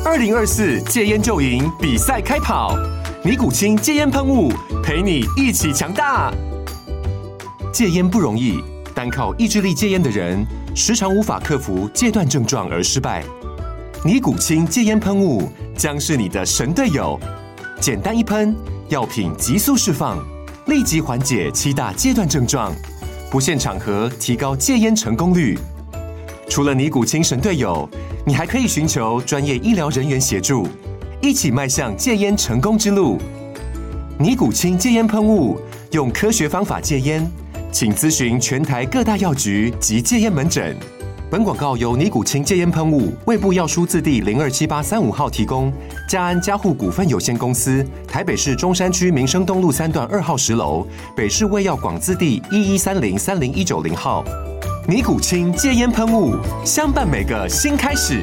2024戒烟就赢比赛开跑，尼古清戒烟喷雾陪你一起强大。戒烟不容易，单靠意志力戒烟的人，时常无法克服戒断症状而失败。尼古清戒烟喷雾将是你的神队友，简单一喷，药品急速释放，立即缓解7大戒断症状，不限场合提高戒烟成功率。除了尼古清神队友，你还可以寻求专业医疗人员协助，一起迈向戒烟成功之路。尼古清戒烟喷雾，用科学方法戒烟，请咨询全台各大药局及戒烟门诊。本广告由尼古清戒烟喷雾、卫部药书字第027835号提供，嘉安嘉护股份有限公司，台北市中山区民生东路3段2号10楼，北市卫药广字第1130-30190号。尼古清戒烟喷雾，相伴每个新开始。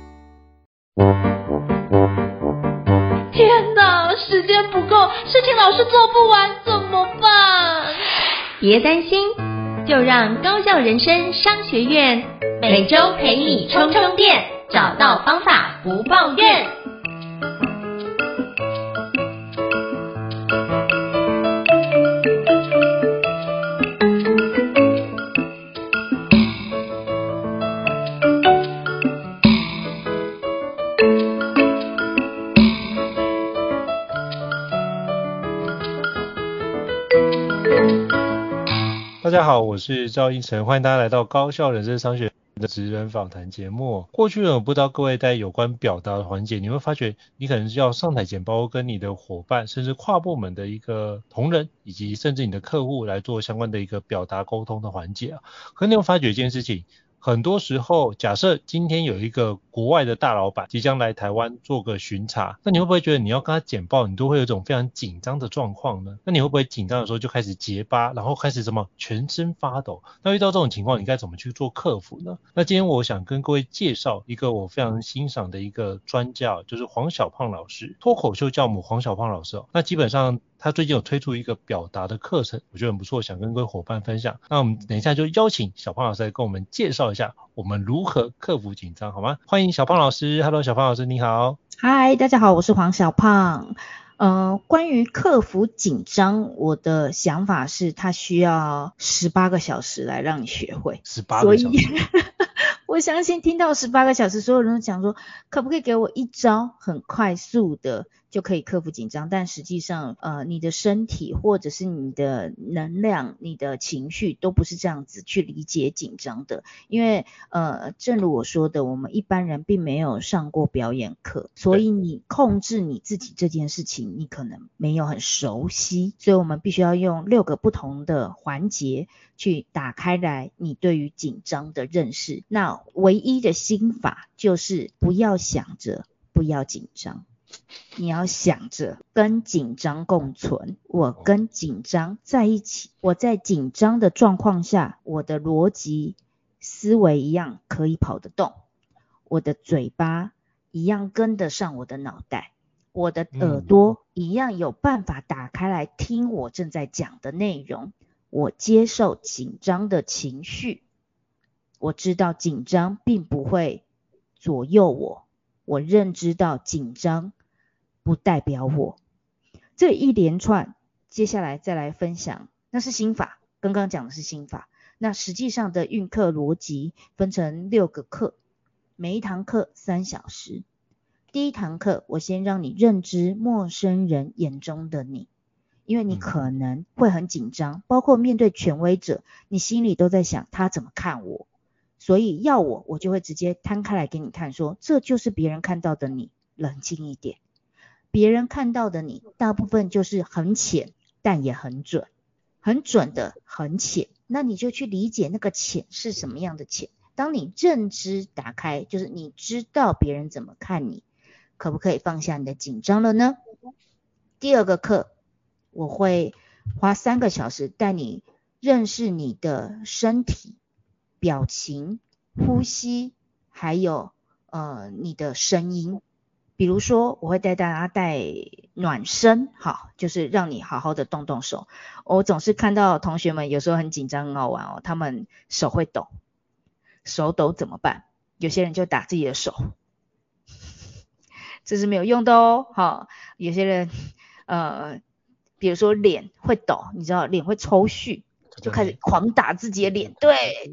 天哪，时间不够，事情老是做不完，怎么办？ 别担心，就让高效人生商学院每周陪你充充电，找到方法不抱怨。 大家好，我是赵英成，欢迎大家来到高效人生商学院的职人访谈节目。过去我不知道各位在有关表达的环节，你会发觉你可能是要上台简报，跟你的伙伴甚至跨部门的一个同仁，以及甚至你的客户来做相关的一个表达沟通的环节啊。可你会发觉一件事情，很多时候假设今天有一个国外的大老板即将来台湾做个巡查，那你会不会觉得你要跟他简报，你都会有一种非常紧张的状况呢？那你会不会紧张的时候就开始结巴，然后开始什么全身发抖？那遇到这种情况你该怎么去做克服呢？那今天我想跟各位介绍一个我非常欣赏的一个专家，就是黄小胖老师，脱口秀教母黄小胖老师。那基本上他最近有推出一个表达的课程，我觉得很不错，想跟各位伙伴分享。那我们等一下就邀请小胖老师来跟我们介绍一下我们如何克服紧张，好吗？欢迎小胖老师。 Hello 小胖老师你好。 嗨，大家好，我是黄小胖。关于克服紧张，我的想法是它需要18个小时来让你学会。 18个小时。 我相信听到18个小时，所有人都讲说可不可以给我一招很快速的就可以克服紧张，但实际上你的身体或者是你的能量，你的情绪都不是这样子去理解紧张的。因为正如我说的，我们一般人并没有上过表演课，所以你控制你自己这件事情你可能没有很熟悉，所以我们必须要用6个不同的环节去打开来你对于紧张的认识。那唯一的心法就是不要想着不要紧张，你要想着跟紧张共存，我跟紧张在一起，我在紧张的状况下，我的逻辑思维一样可以跑得动，我的嘴巴一样跟得上我的脑袋，我的耳朵一样有办法打开来听我正在讲的内容，我接受紧张的情绪，我知道紧张并不会左右我，我认知到紧张不代表我。这一连串接下来再来分享，那是心法，刚刚讲的是心法。那实际上的运课逻辑分成6个课，每一堂课3小时。第一堂课我先让你认知陌生人眼中的你，因为你可能会很紧张，包括面对权威者，你心里都在想他怎么看我，所以要我就会直接摊开来给你看，说这就是别人看到的你，冷静一点。别人看到的你大部分就是很浅，但也很准，很准的很浅，那你就去理解那个浅是什么样的浅。当你认知打开，就是你知道别人怎么看你，可不可以放下你的紧张了呢？第2个课我会花3个小时带你认识你的身体、表情、呼吸，还有你的声音。比如说我会带大家带暖身，好，就是让你好好的动动手。我总是看到同学们有时候很紧张很好玩哦，他们手会抖，手抖怎么办？有些人就打自己的手， 这是没有用的哦。好，有些人比如说脸会抖，你知道脸会抽搐，就开始狂打自己的脸，对，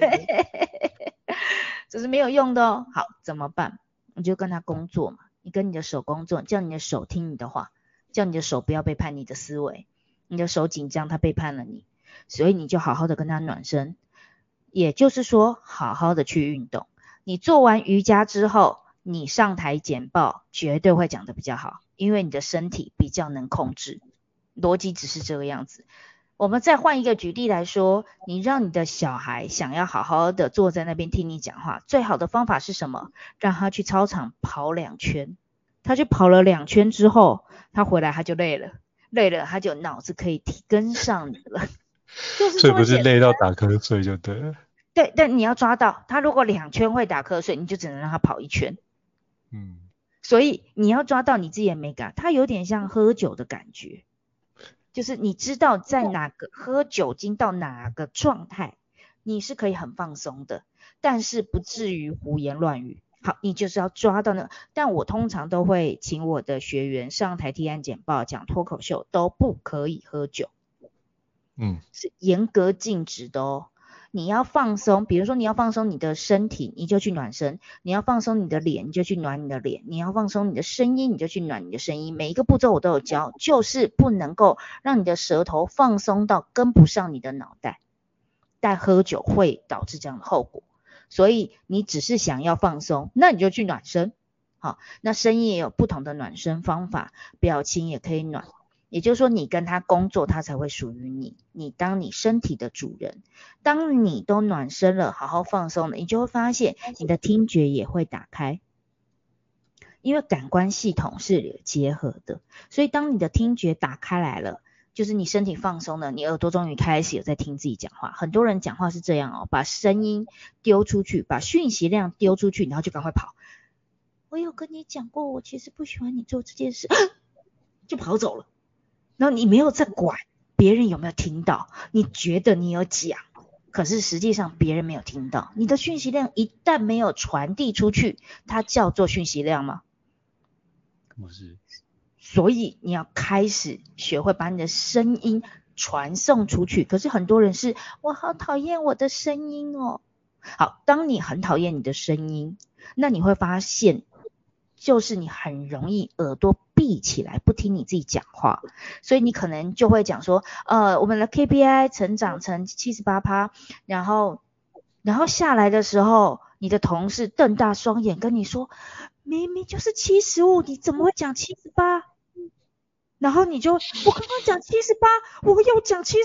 这是没有用的哦。好，怎么办？你就跟他工作嘛，你跟你的手工作，叫你的手听你的话，叫你的手不要背叛你的思维，你的手紧张，他背叛了你，所以你就好好的跟他暖身，也就是说好好的去运动。你做完瑜伽之后，你上台简报绝对会讲得比较好，因为你的身体比较能控制，逻辑只是这个样子。我们再换一个举例来说，你让你的小孩想要好好的坐在那边听你讲话，最好的方法是什么？让他去操场跑2圈。他去跑了2圈之后，他回来他就累了他就脑子可以跟上你了。就是所以不是累到打瞌睡就对了。 对，但你要抓到他，如果2圈会打瞌睡，你就只能让他跑1圈。所以你要抓到你自己的美感，它有点像喝酒的感觉。就是你知道在哪个喝酒精到哪个状态，你是可以很放松的，但是不至于胡言乱语。好，你就是要抓到那个。但我通常都会请我的学员上台提案简报、讲脱口秀，都不可以喝酒，是严格禁止的哦。你要放松，比如说你要放松你的身体，你就去暖身；你要放松你的脸，你就去暖你的脸；你要放松你的声音，你就去暖你的声音。每一个步骤我都有教，就是不能够让你的舌头放松到跟不上你的脑袋，但喝酒会导致这样的后果。所以你只是想要放松，那你就去暖身。好，那声音也有不同的暖身方法，表情也可以暖。也就是说你跟他工作，他才会属于你，你当你身体的主人。当你都暖身了，好好放松了，你就会发现你的听觉也会打开，因为感官系统是结合的，所以当你的听觉打开来了，就是你身体放松了，你耳朵终于开始有在听自己讲话。很多人讲话是这样哦，把声音丢出去，把讯息量丢出去，然后就赶快跑。我有跟你讲过，我其实不喜欢你做这件事，就跑走了。然后你没有在管别人有没有听到，你觉得你有讲，可是实际上别人没有听到。你的讯息量一旦没有传递出去，它叫做讯息量吗？ 不是。 所以你要开始学会把你的声音传送出去。可是很多人是，我好讨厌我的声音哦。好，当你很讨厌你的声音，那你会发现就是你很容易耳朵闭起来，不听你自己讲话，所以你可能就会讲说，我们的 KPI 成长成 78%， 然后下来的时候，你的同事瞪大双眼跟你说，明明就是75，你怎么会讲78？然后你就，我刚刚讲78，我又讲78。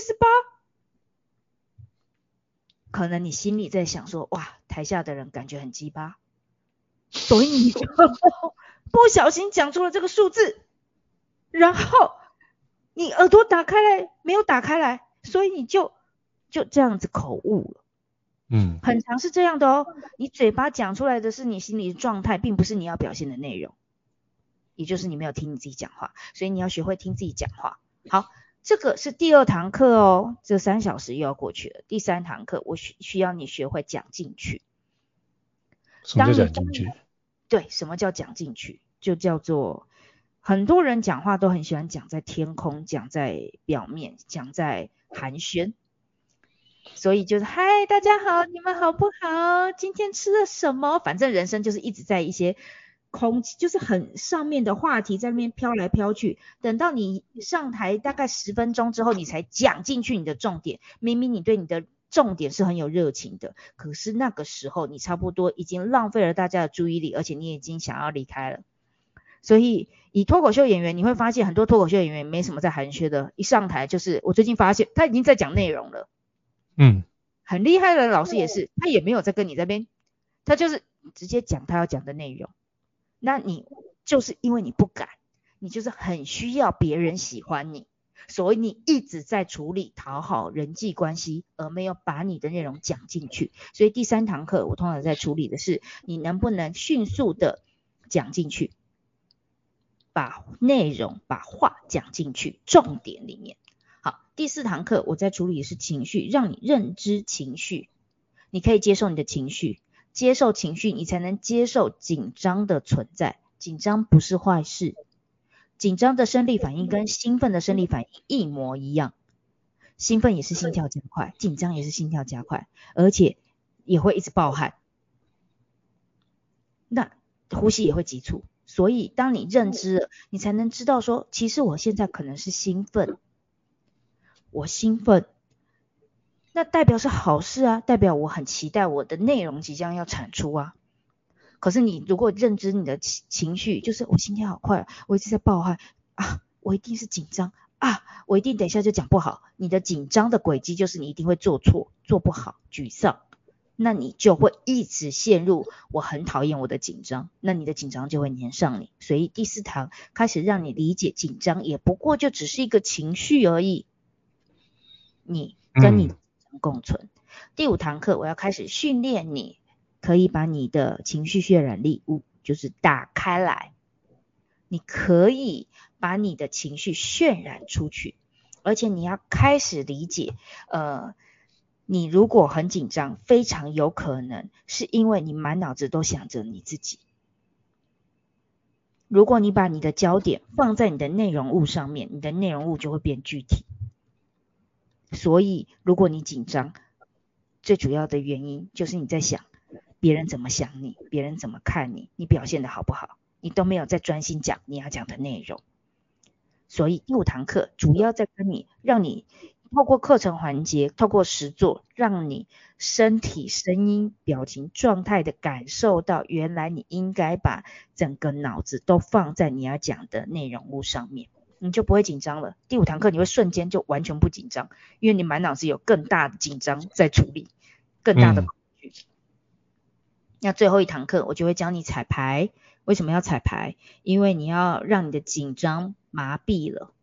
可能你心里在想说，哇，台下的人感觉很鸡巴，所以你就不小心讲出了这个数字，然后你耳朵打开来没有打开来，所以你就这样子口误了。很常是这样的哦，你嘴巴讲出来的是你心里的状态，并不是你要表现的内容，也就是你没有听你自己讲话，所以你要学会听自己讲话。好，这个是第2堂课哦，这3小时又要过去了。第3堂课我需要你学会讲进去。 什么叫讲进去？ 对，什么叫讲进去？就叫做很多人讲话都很喜欢讲在天空，讲在表面，讲在寒暄，所以就是嗨大家好，你们好不好？今天吃了什么？反正人生就是一直在一些空气，就是很上面的话题在那边飘来飘去，等到你上台大概10分钟之后，你才讲进去你的重点。明明你对你的重点是很有热情的，可是那个时候你差不多已经浪费了大家的注意力，而且你已经想要离开了。所以以脱口秀演员，你会发现很多脱口秀演员没什么在寒暄的，一上台就是我最近发现他已经在讲内容了。很厉害的老师也是，他也没有在跟你这边，他就是直接讲他要讲的内容。那你就是因为你不敢，你就是很需要别人喜欢你，所以你一直在处理讨好人际关系，而没有把你的内容讲进去。所以第3堂课我通常在处理的是你能不能迅速的讲进去，把内容把话讲进去重点里面。好，第4堂课我在处理的是情绪，让你认知情绪，你可以接受你的情绪，接受情绪你才能接受紧张的存在。 紧张不是坏事，紧张的生理反应跟兴奋的生理反应一模一样，兴奋也是心跳加快，紧张也是心跳加快，而且也会一直暴汗，那呼吸也会急促。所以当你认知了，你才能知道说，其实我现在可能是兴奋，我兴奋，那代表是好事啊，代表我很期待我的内容即将要产出啊。可是你如果认知你的情绪，就是我心跳好快，我一直在暴汗啊，我一定是紧张啊，我一定等一下就讲不好。你的紧张的轨迹就是你一定会做错，做不好，沮丧，那你就会一直陷入我很讨厌我的紧张，那你的紧张就会黏上你。所以第4堂开始让你理解紧张也不过就只是一个情绪而已，你跟你的紧张共存。第5堂课我要开始训练你可以把你的情绪渲染力就是打开来，你可以把你的情绪渲染出去，而且你要开始理解你如果很紧张，非常有可能是因为你满脑子都想着你自己。如果你把你的焦点放在你的内容物上面，你的内容物就会变具体。所以如果你紧张，最主要的原因就是你在想别人怎么想你，别人怎么看你，你表现的好不好，你都没有在专心讲你要讲的内容。所以第5堂课主要在跟你，让你透过课程环节，透过实作，让你身体、声音、表情、状态的感受到，原来你应该把整个脑子都放在你要讲的内容物上面，你就不会紧张了。第5堂课你会瞬间就完全不紧张，因为你满脑子有更大的紧张在处理，更大的恐惧。那最后1堂课我就会教你彩排。为什么要彩排？因为你要让你的紧张麻痹了。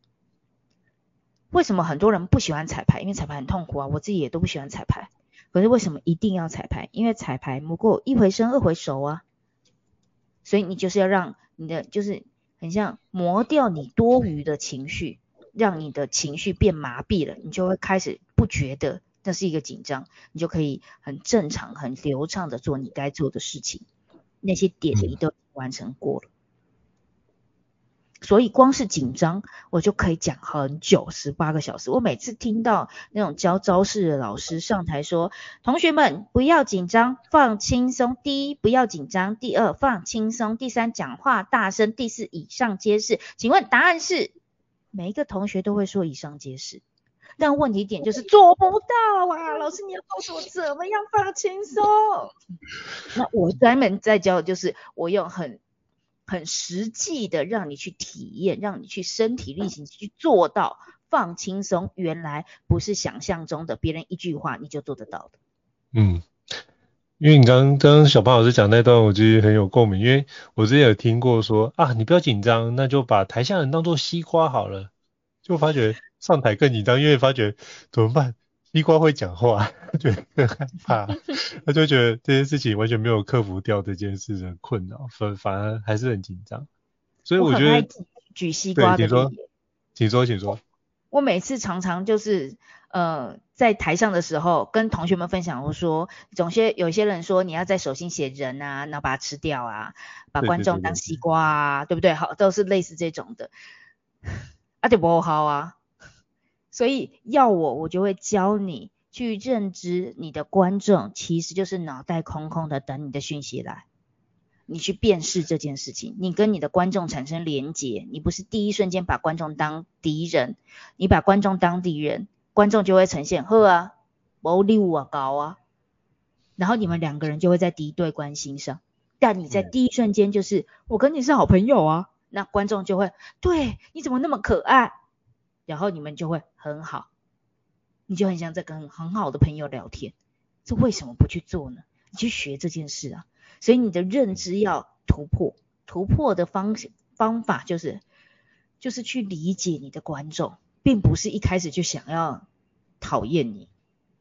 为什么很多人不喜欢彩排？因为彩排很痛苦啊，我自己也都不喜欢彩排。可是为什么一定要彩排？因为彩排不过一回生二回熟啊。所以你就是要让你的，就是很像磨掉你多余的情绪，让你的情绪变麻痹了，你就会开始不觉得那是一个紧张，你就可以很正常、很流畅的做你该做的事情。那些点你都完成过了。所以光是紧张我就可以讲很久，18个小时。我每次听到那种教招式的老师上台说，同学们不要紧张，放轻松，第1不要紧张，第2放轻松，第3讲话大声，第4以上皆是。请问答案是？每一个同学都会说以上皆是，但问题点就是做不到啊！老师你要告诉我怎么样放轻松。那我专门在教的就是我用很实际的让你去体验，让你去身体力行去做到放轻松，原来不是想象中的别人一句话你就做得到的。 因为你刚刚小胖老师讲那段我觉得很有共鸣，因为我之前有听过说啊，你不要紧张，那就把台下人当作西瓜好了，就发觉上台更紧张，因为发觉怎么办，西瓜会讲话，就很害怕，他就觉得这件事情完全没有克服掉这件事的困扰，反而还是很紧张。所以我觉得我很爱举西瓜的例子。 请说。 我每次常常就是在台上的时候跟同学们分享，我说有些人说你要在手心写人啊，然后把它吃掉啊，把观众当西瓜啊， 对不对？好，都是类似这种的啊，就不好啊。所以我就会教你去认知你的观众其实就是脑袋空空的等你的讯息来，你去辨识这件事情，你跟你的观众产生连结，你不是第一瞬间把观众当敌人，你把观众当敌人，观众就会呈现呵啊没礼物啊高啊，然后你们2个人就会在敌对关系上，但你在第一瞬间就是我跟你是好朋友啊，那观众就会对你怎么那么可爱，然后你们就会很好，你就很像在跟很好的朋友聊天，这为什么不去做呢？你去学这件事啊。所以你的认知要突破的方法就是去理解你的观众，并不是一开始就想要讨厌你。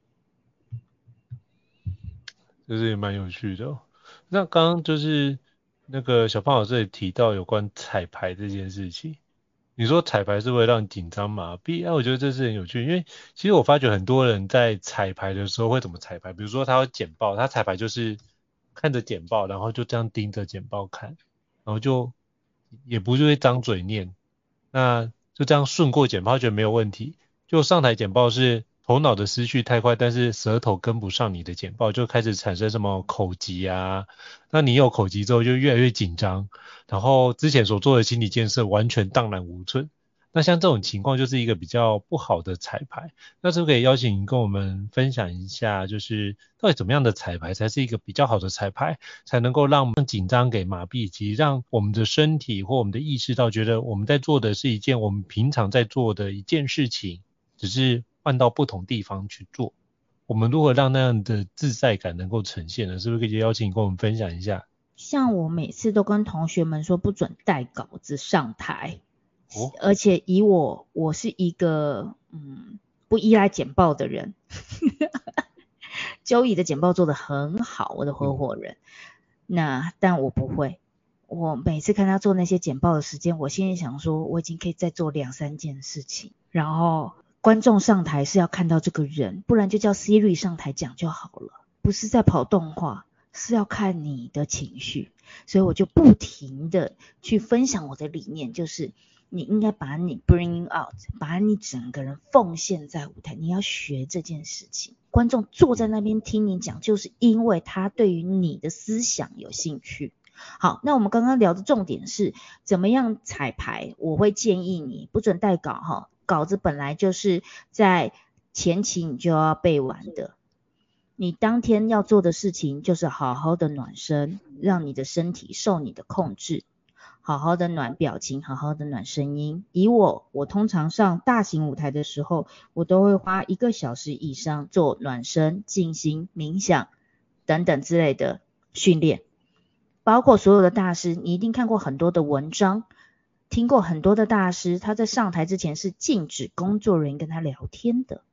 这是也蛮有趣的那刚刚就是那个小胖老师也提到有关彩排这件事情，你说彩排是会让紧张麻痹，我觉得这是很有趣，因为其实我发觉很多人在彩排的时候会怎么彩排，比如说他要简报，他彩排就是看着简报，然后就这样盯着简报看， 然后就也不是会张嘴念，那就这样顺过简报，觉得没有问题。就上台简报是头脑的思绪太快，但是舌头跟不上你的简报，就开始产生什么口疾啊。那你有口疾之后就越来越紧张，然后之前所做的心理建设完全荡然无存。那像这种情况就是一个比较不好的彩排。那是不是可以邀请您跟我们分享一下，就是到底怎么样的彩排才是一个比较好的彩排，才能够让紧张给麻痹，以及让我们的身体或我们的意识到觉得我们在做的是一件我们平常在做的一件事情，只是换到不同地方去做。我们如何让那样的自在感能够呈现呢？是不是可以邀请你跟我们分享一下？ 像我每次都跟同学们说不准带稿子上台，而且以我是一个不依赖简报的人Joey 的简报做得很好，我的合伙人，但我不会。我每次看他做那些简报的时间，我心里想说我已经可以再做2-3件事情，然后观众上台是要看到这个人，不然就叫 Siri 上台讲就好了，不是在跑动画，是要看你的情绪。所以我就不停的去分享我的理念，就是你应该把你 bring out， 把你整个人奉献在舞台，你要学这件事情。观众坐在那边听你讲，就是因为他对于你的思想有兴趣。好，那我们刚刚聊的重点是怎么样彩排。我会建议你不准带稿稿子本来就是在前期你就要背完的。你当天要做的事情就是好好的暖身，让你的身体受你的控制，好好的暖表情，好好的暖声音。以我通常上大型舞台的时候，我都会花1个小时以上做暖身、静心、冥想等等之类的训练。包括所有的大师，你一定看过很多的文章，听过很多的大师，他在上台之前是禁止工作人员跟他聊天的。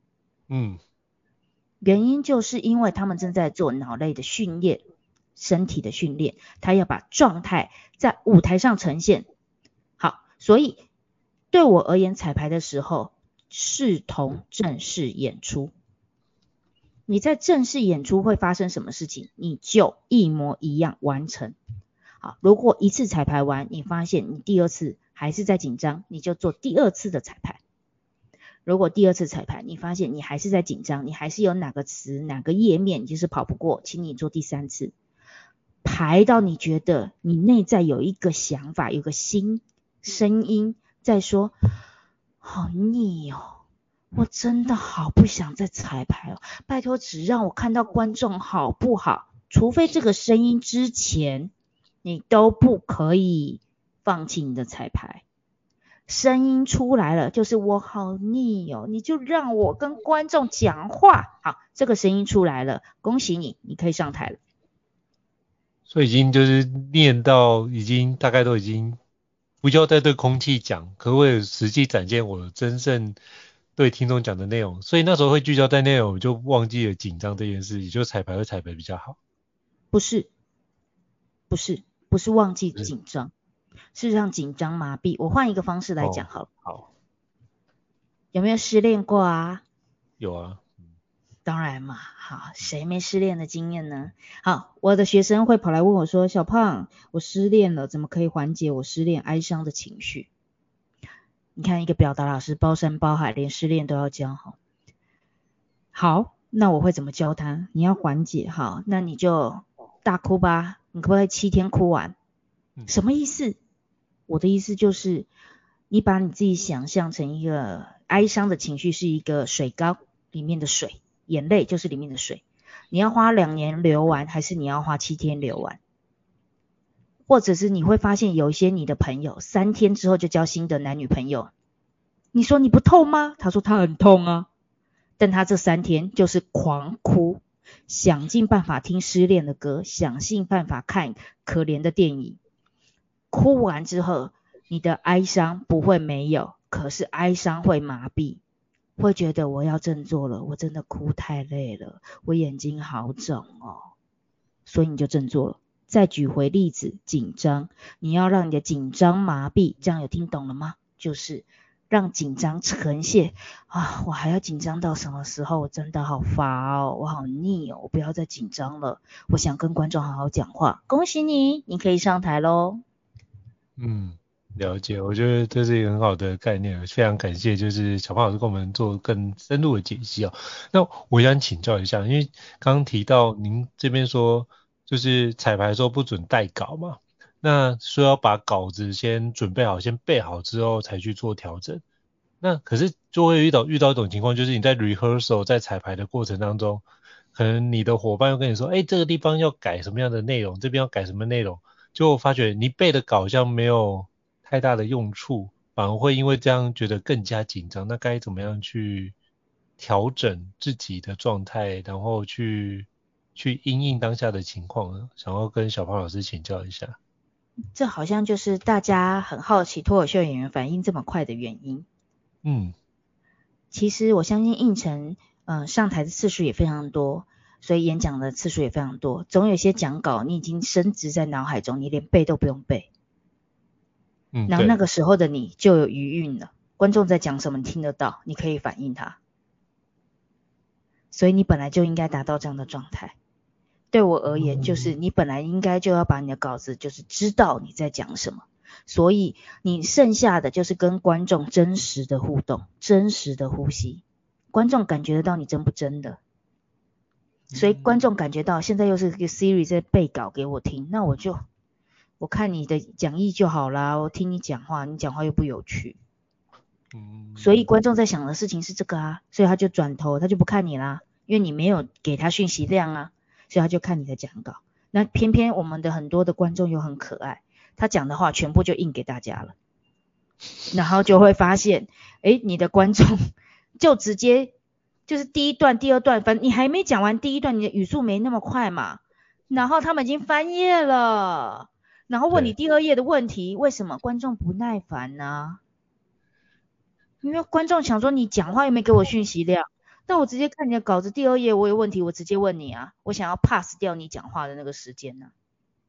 原因就是因为他们正在做脑类的训练，身体的训练，他要把状态在舞台上呈现。好，所以对我而言，彩排的时候视同正式演出。你在正式演出会发生什么事情，你就一模一样完成。好，如果一次彩排完，你发现你第2次还是在紧张，你就做第2次的彩排。如果第2次彩排，你发现你还是在紧张，你还是有哪个词、哪个页面就是跑不过，请你做第3次。排到你觉得你内在有一个想法，有个声音在说，好腻哦，我真的好不想再彩排哦，拜托只让我看到观众好不好？除非这个声音之前，你都不可以放弃你的彩排。声音出来了，就是我好腻哦，你就让我跟观众讲话。好，这个声音出来了，恭喜你，你可以上台了。 所以已经就是念到已经大概都已经不要再对空气讲，可不可以实际展现我真正对听众讲的内容？所以那时候会聚焦在内容，就忘记了紧张这件事，也就彩排会彩排比较好。 不是忘记紧张，是让紧张麻痹。我换一个方式来讲好了。 好。 有没有失恋过啊？ 有啊。 当然嘛，好，谁没失恋的经验呢？好，我的学生会跑来问我说，小胖，我失恋了，怎么可以缓解我失恋哀伤的情绪？你看一个表达老师包山包海，连失恋都要教。好，那我会怎么教他？你要缓解，好，那你就大哭吧，你可不可以7天哭完？什么意思？我的意思就是你把你自己想象成一个哀伤的情绪是一个水缸里面的水，眼泪就是里面的水，你要花2年流完，还是你要花7天流完？或者是你会发现有一些你的朋友3天之后就交新的男女朋友，你说你不痛吗？他说他很痛啊，但他这3天就是狂哭，想尽办法听失恋的歌，想尽办法看可怜的电影。哭完之后，你的哀伤不会没有，可是哀伤会麻痹，会觉得我要振作了，我真的哭太累了，我眼睛好肿哦，所以你就振作了。再举回例子，紧张，你要让你的紧张麻痹，这样有听懂了吗？就是让紧张呈现啊，我还要紧张到什么时候？我真的好乏哦，我好腻哦，我不要再紧张了，我想跟观众好好讲话。恭喜你，你可以上台咯。 了解，我觉得这是一个很好的概念，非常感谢就是小胖老师跟我们做更深入的解析哦。那我想请教一下，因为刚刚提到您这边说就是彩排的时候不准带稿嘛，那说要把稿子先准备好，先背好之后才去做调整。那可是就会遇到一种情况，就是你在 rehearsal 在彩排的过程当中，可能你的伙伴又跟你说，这个地方要改什么样的内容，这边要改什么内容，就发觉你背的稿好像没有太大的用处，反而会因为这样觉得更加紧张。那该怎么样去调整自己的状态，然后去因应当下的情况呢？想要跟小胖老师请教一下。 这好像就是大家很好奇脱口秀演员反应这么快的原因。其实我相信应承上台的次数也非常多，所以演讲的次数也非常多。总有些讲稿你已经深植在脑海中，你连背都不用背。然后那个时候的你就有余韵了，观众在讲什么你听得到，你可以反应他。所以你本来就应该达到这样的状态。对我而言，就是你本来应该就要把你的稿子就是知道你在讲什么。所以你剩下的就是跟观众真实的互动，真实的呼吸，观众感觉得到你真不真的。所以观众感觉到现在又是一个 Siri 在背稿给我听，那我看你的讲义就好啦，我听你讲话，你讲话又不有趣。所以观众在想的事情是这个啊，所以他就转头，他就不看你啦，因为你没有给他讯息量啊，所以他就看你的讲稿。那偏偏我们的很多的观众又很可爱，他讲的话全部就印给大家了，然后就会发现你的观众就直接就是第一段第二段，反正你还没讲完第一段，你的语速没那么快嘛，然后他们已经翻页了，然后问你第二页的问题，为什么观众不耐烦呢？因为观众想说你讲话又没给我讯息量，但我直接看你的稿子第二页我有问题，我直接问你啊，我想要 pass 掉你讲话的那个时间呢。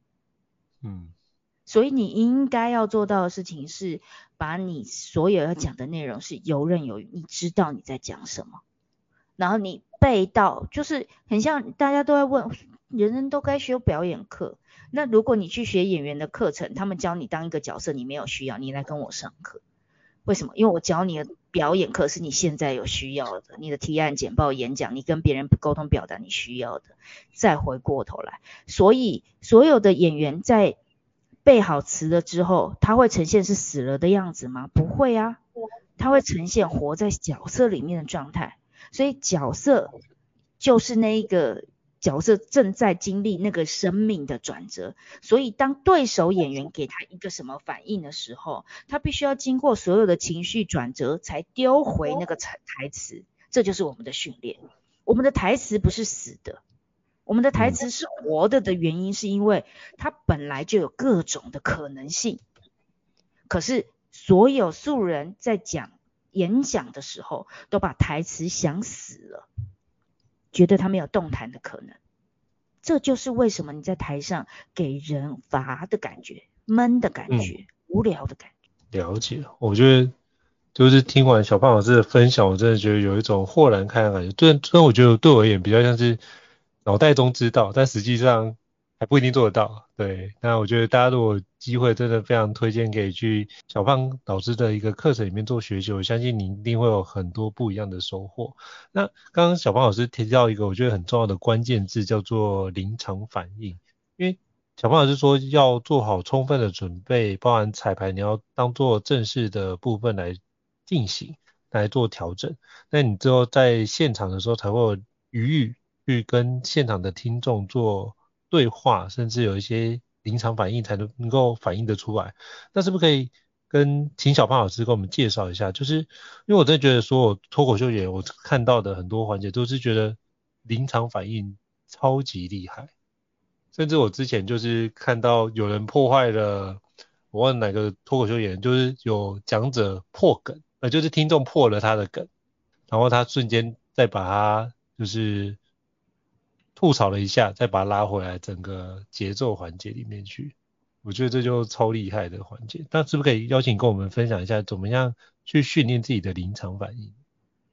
所以你应该要做到的事情是把你所有要讲的内容是游刃有余，你知道你在讲什么，然后你背到，就是很像大家都在问，人人都该学表演课，那如果你去学演员的课程，他们教你当一个角色，你没有需要，你来跟我上课。为什么？因为我教你的表演课是你现在有需要的，你的提案、简报、演讲，你跟别人沟通表达你需要的。再回过头来，所以所有的演员在背好词了之后，他会呈现是死了的样子吗？不会啊，他会呈现活在角色里面的状态。所以角色就是那一个角色正在经历那个生命的转折，所以当对手演员给他一个什么反应的时候，他必须要经过所有的情绪转折才丢回那个台词。这就是我们的训练。我们的台词不是死的，我们的台词是活的原因是因为它本来就有各种的可能性。可是所有素人在演讲的时候都把台词想死了，觉得他没有动弹的可能。这就是为什么你在台上给人乏的感觉、闷的感觉、无聊的感觉。 了解，我觉得就是听完小胖老师的分享，我真的觉得有一种豁然开朗的感觉。虽然我觉得对我而言比较像是脑袋中知道，但实际上还不一定做得到。对，那我觉得大家如果有机会，真的非常推荐可以去小胖老师的一个课程里面做学习，我相信你一定会有很多不一样的收获。那刚刚小胖老师提到一个我觉得很重要的关键字，叫做临场反应。因为小胖老师说要做好充分的准备，包含彩排你要当做正式的部分来进行，来做调整。那你之后在现场的时候才会有余裕去跟现场的听众做对话，甚至有一些临场反应才能够反应得出来。那是不是可以请小胖老师跟我们介绍一下？就是因为我真的觉得说我脱口秀演员我看到的很多环节都是觉得临场反应超级厉害，甚至我之前就是看到有人破坏了，我忘了哪个脱口秀演员，就是有讲者破梗，就是听众破了他的梗，然后他瞬间再把他就是吐槽了一下，再把他拉回来整个节奏环节里面去。我觉得这就超厉害的环节。那是不是可以邀请跟我们分享一下怎么样去训练自己的临场反应？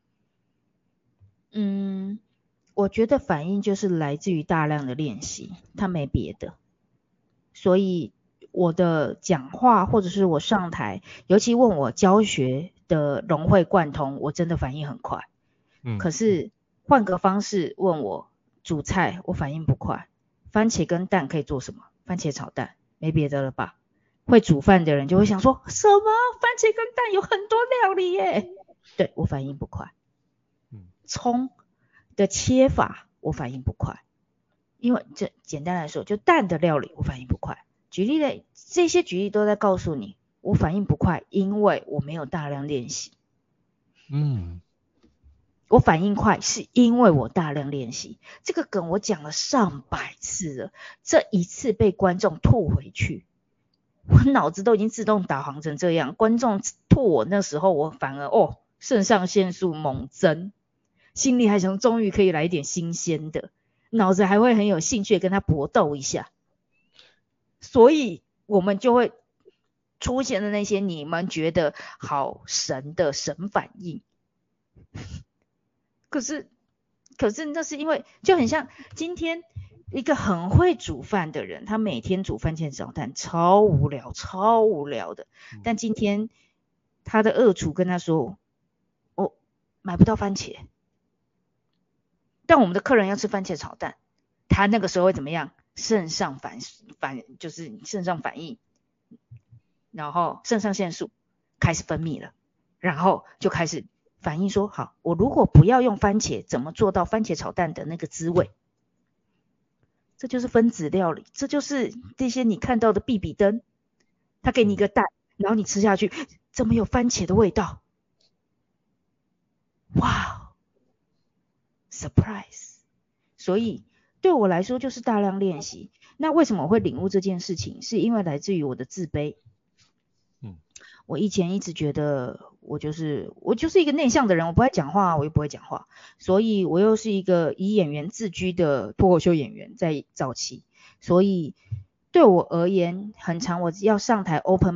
我觉得反应就是来自于大量的练习，它没别的。所以我的讲话或者是我上台，尤其问我教学的融会贯通，我真的反应很快。可是换个方式问我煮菜，我反应不快。番茄跟蛋可以做什么？番茄炒蛋，没别的了吧？会煮饭的人就会想说，什么？番茄跟蛋有很多料理耶。对，我反应不快。葱的切法我反应不快，因为这简单来说，就蛋的料理我反应不快。举例的这些举例都在告诉你，我反应不快，因为我没有大量练习。我反应快是因为我大量练习。这个梗我讲了上百次了，这一次被观众吐回去，我脑子都已经自动导航成这样。观众吐我那时候，我反而肾上腺素猛增，心里还想终于可以来一点新鲜的，脑子还会很有兴趣跟他搏斗一下。所以我们就会出现的那些你们觉得好神的神反应。可是那是因为就很像今天一个很会煮饭的人，他每天煮番茄炒蛋超无聊的，但今天他的二厨跟他说我买不到番茄，但我们的客人要吃番茄炒蛋，他那个时候会怎么样？肾上就是肾上反应，然后肾上腺素开始分泌了，然后就开始反应说，好，我如果不要用番茄，怎么做到番茄炒蛋的那个滋味？这就是分子料理，这就是这些你看到的必比登，他给你一个蛋，然后你吃下去，怎么有番茄的味道？哇 ，surprise！ 所以对我来说就是大量练习。那为什么我会领悟这件事情？是因为来自于我的自卑。我以前一直觉得我就是一个内向的人，我不爱讲话，我又不会讲话，所以我又是一个以演员自居的脱口秀演员，在早期，所以对我而言，很常我要上台 open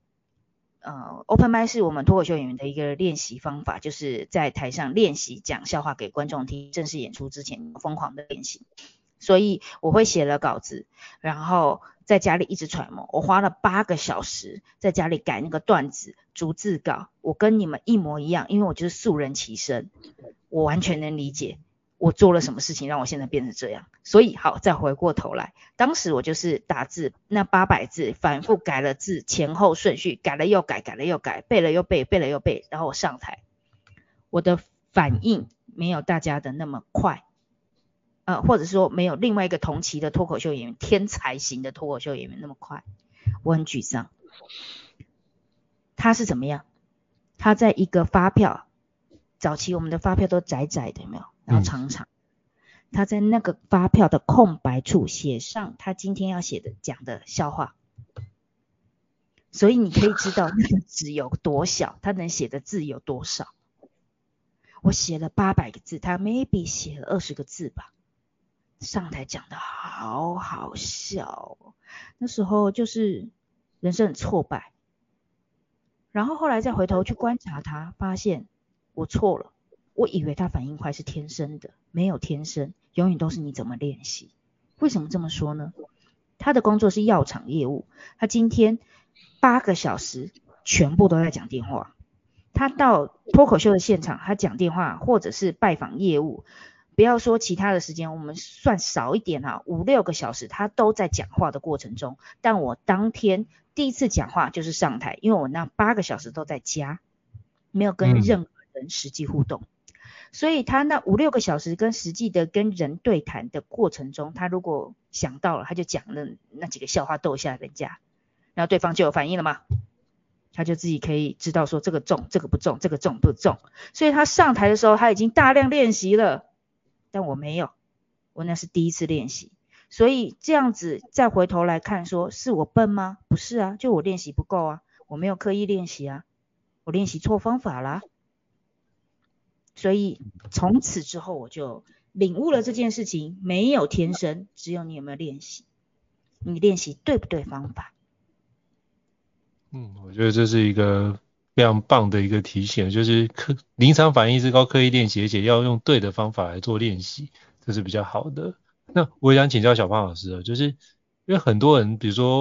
mic。open mic 是我们脱口秀演员的一个练习方法，就是在台上练习讲笑话给观众听，正式演出之前疯狂的练习。所以我会写了稿子，然后在家里一直揣摩，我花了8个小时在家里改那个段子逐字稿。我跟你们一模一样，因为我就是素人起身，我完全能理解我做了什么事情让我现在变成这样。所以好，再回过头来，当时我就是打字那800字，反复改了字，前后顺序改了又改，改了又改，背了又背，背了又背，然后我上台，我的反应没有大家的那么快。或者说没有另外一个同期的脱口秀演员，天才型的脱口秀演员那么快，我很沮丧。他是怎么样？他在一个发票，早期我们的发票都窄窄的，有没有？然后长长。他在那个发票的空白处写上他今天要写的讲的笑话，所以你可以知道那个纸有多小，他能写的字有多少。我写了800个字，他 maybe 写了20个字吧。上台讲的好好笑那时候就是人生很挫败，然后后来再回头去观察他，发现我错了，我以为他反应快是天生的，没有天生，永远都是你怎么练习。为什么这么说呢？他的工作是药厂业务，他今天8个小时全部都在讲电话，他到脱口秀的现场，他讲电话或者是拜访业务，不要说其他的时间，我们算少一点5-6个小时他都在讲话的过程中。但我当天第一次讲话就是上台，因为我那8个小时都在家，没有跟任何人实际互动，所以他那5-6个小时跟实际的跟人对谈的过程中，他如果想到了，他就讲了那几个笑话逗一下人家，然后对方就有反应了嘛，他就自己可以知道说这个中这个不中，这个中不中。所以他上台的时候他已经大量练习了，但我没有，我那是第一次练习。所以这样子再回头来看说，是我笨吗？不是啊，就我练习不够啊，我没有刻意练习啊，我练习错方法啦。所以从此之后我就领悟了这件事情，没有天生，只有你有没有练习，你练习对不对方法。 我觉得这是一个非常棒的一个提醒，就是临场反应是靠刻意练习，而且要用对的方法来做练习，这是比较好的。那我也想请教小胖老师就是因为很多人比如说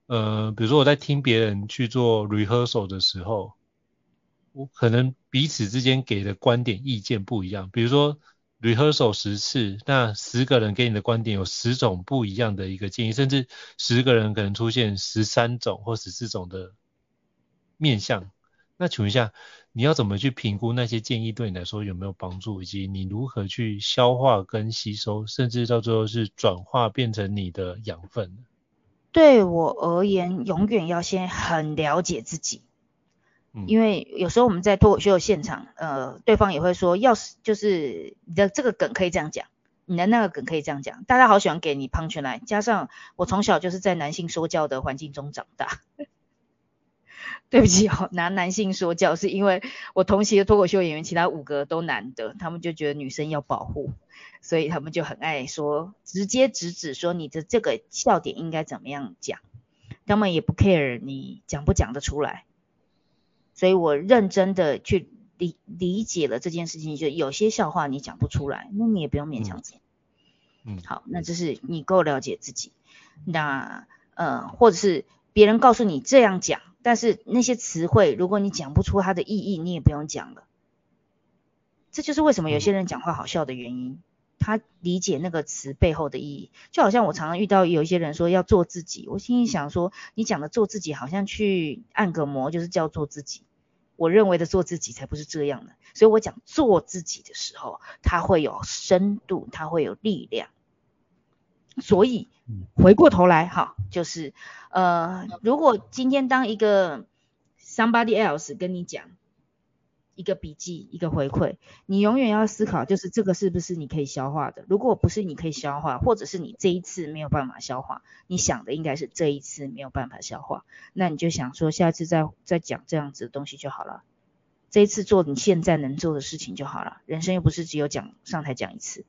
比如说我在听别人去做 rehearsal 的时候，我可能彼此之间给的观点意见不一样。比如说 rehearsal 10次，那10个人给你的观点有10种不一样的一个建议，甚至10个人可能出现13种或14种的面向。那请问一下，你要怎么去评估那些建议对你来说有没有帮助，以及你如何去消化跟吸收，甚至到最后是转化变成你的养分呢？ 对我而言，永远要先很了解自己。因为有时候我们在脱口秀现场，对方也会说，要是就是你的这个梗可以这样讲，你的那个梗可以这样讲，大家好喜欢给你 punchline， 加上我从小就是在男性说教的环境中长大。对不起哦，拿男性说教是因为我同期的脱口秀演员其他5个都男的，他们就觉得女生要保护，所以他们就很爱说，直接直指说你的这个笑点应该怎么样讲，他们也不 care 你讲不讲得出来。所以我认真的去理解了这件事情，就有些笑话你讲不出来，那你也不用勉强自己。好，那这是你够了解自己。那或者是别人告诉你这样讲，但是那些词汇如果你讲不出它的意义，你也不用讲了。这就是为什么有些人讲话好笑的原因，他理解那个词背后的意义。就好像我常常遇到有一些人说要做自己，我心里想说，你讲的做自己好像去按个摩就是叫做自己，我认为的做自己才不是这样的。所以我讲做自己的时候，它会有深度，它会有力量。所以回过头来哈，就是如果今天当一个 somebody else 跟你讲一个笔记一个回馈，你永远要思考，就是这个是不是你可以消化的。如果不是你可以消化，或者是你这一次没有办法消化，你想的应该是这一次没有办法消化，那你就想说下次再讲这样子的东西就好了，这一次做你现在能做的事情就好了，人生又不是只有上台讲一次。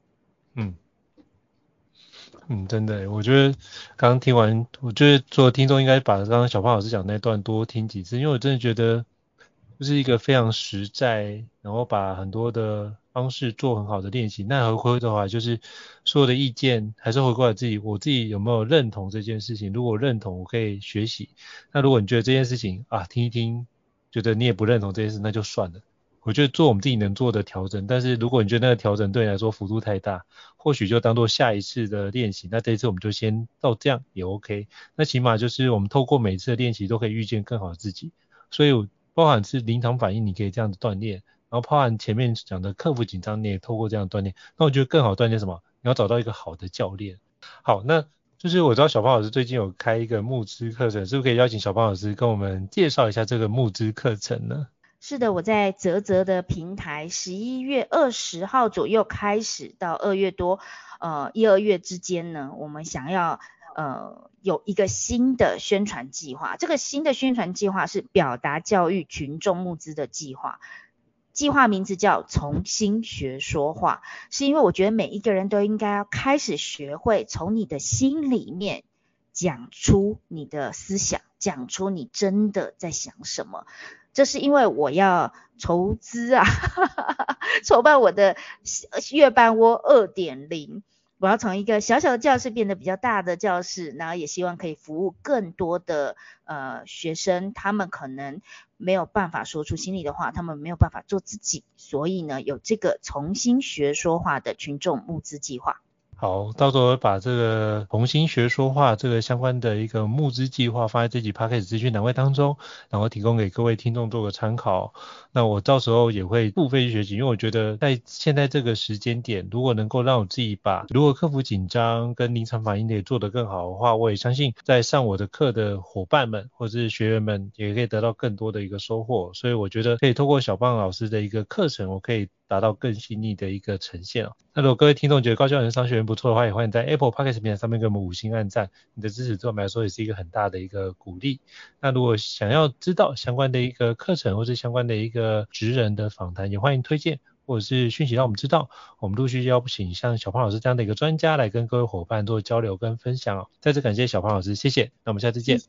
真的，我觉得刚刚听完，我觉得所有听众应该把刚刚小胖老师讲那段多听几次，因为我真的觉得就是一个非常实在，然后把很多的方式做很好的练习。那回过头来就是所有的意见还是回过来我自己有没有认同这件事情，如果认同我可以学习，那如果你觉得这件事情听一听觉得你也不认同这件事，那就算了。我觉得做我们自己能做的调整，但是如果你觉得那个调整对你来说幅度太大，或许就当做下一次的练习，那这一次我们就先到这样也 OK。那起码就是我们透过每一次的练习都可以遇见更好的自己，所以包含是临场反应你可以这样子锻炼，然后包含前面讲的克服紧张你也透过这样锻炼，那我觉得更好锻炼什么？你要找到一个好的教练。好，那就是我知道小胖老师最近有开一个募资课程，是不是可以邀请小胖老师跟我们介绍一下这个募资课程呢？ 是的，我在嘖的平台11月20号左右开始到2月多1、2月之间呢，我们想要有一个新的宣传计划。这个新的宣传计划是表达教育群众募资的计划，计划名字叫重新学说话，是因为我觉得每一个人都应该要开始学会从你的心里面讲出你的思想，讲出你真的在想什么。这是因为我要筹资筹办我的月半窝 2.0， 我要从一个小小的教室变得比较大的教室，然后也希望可以服务更多的学生，他们可能没有办法说出心里的话，他们没有办法做自己，所以呢有这个重新学说话的群众募资计划。 好，到时候把这个重新学说话这个相关的一个募资计划放在这集 Podcast 资讯栏位当中，然后提供给各位听众做个参考。那我到时候也会付费去学习，因为我觉得在现在这个时间点，如果能够让我自己把如何克服紧张跟临场反应也做得更好的话，我也相信在上我的课的伙伴们或者是学员们也可以得到更多的一个收获。所以我觉得可以透过小胖老师的一个课程，我可以达到更细腻的一个呈现。那如果各位听众觉得高效人商学院不错的话，也欢迎在 Apple Podcast 平台上面给我们5星按赞，你的支持对我们来说也是一个很大的一个鼓励。那如果想要知道相关的一个课程或是相关的一个职人的访谈，也欢迎推荐或者是讯息让我们知道，我们陆续邀请像小胖老师这样的一个专家来跟各位伙伴做交流跟分享。再次感谢小胖老师，谢谢，那我们下次见。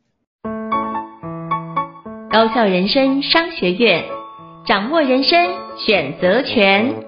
高效人生商学院，掌握人生选择权。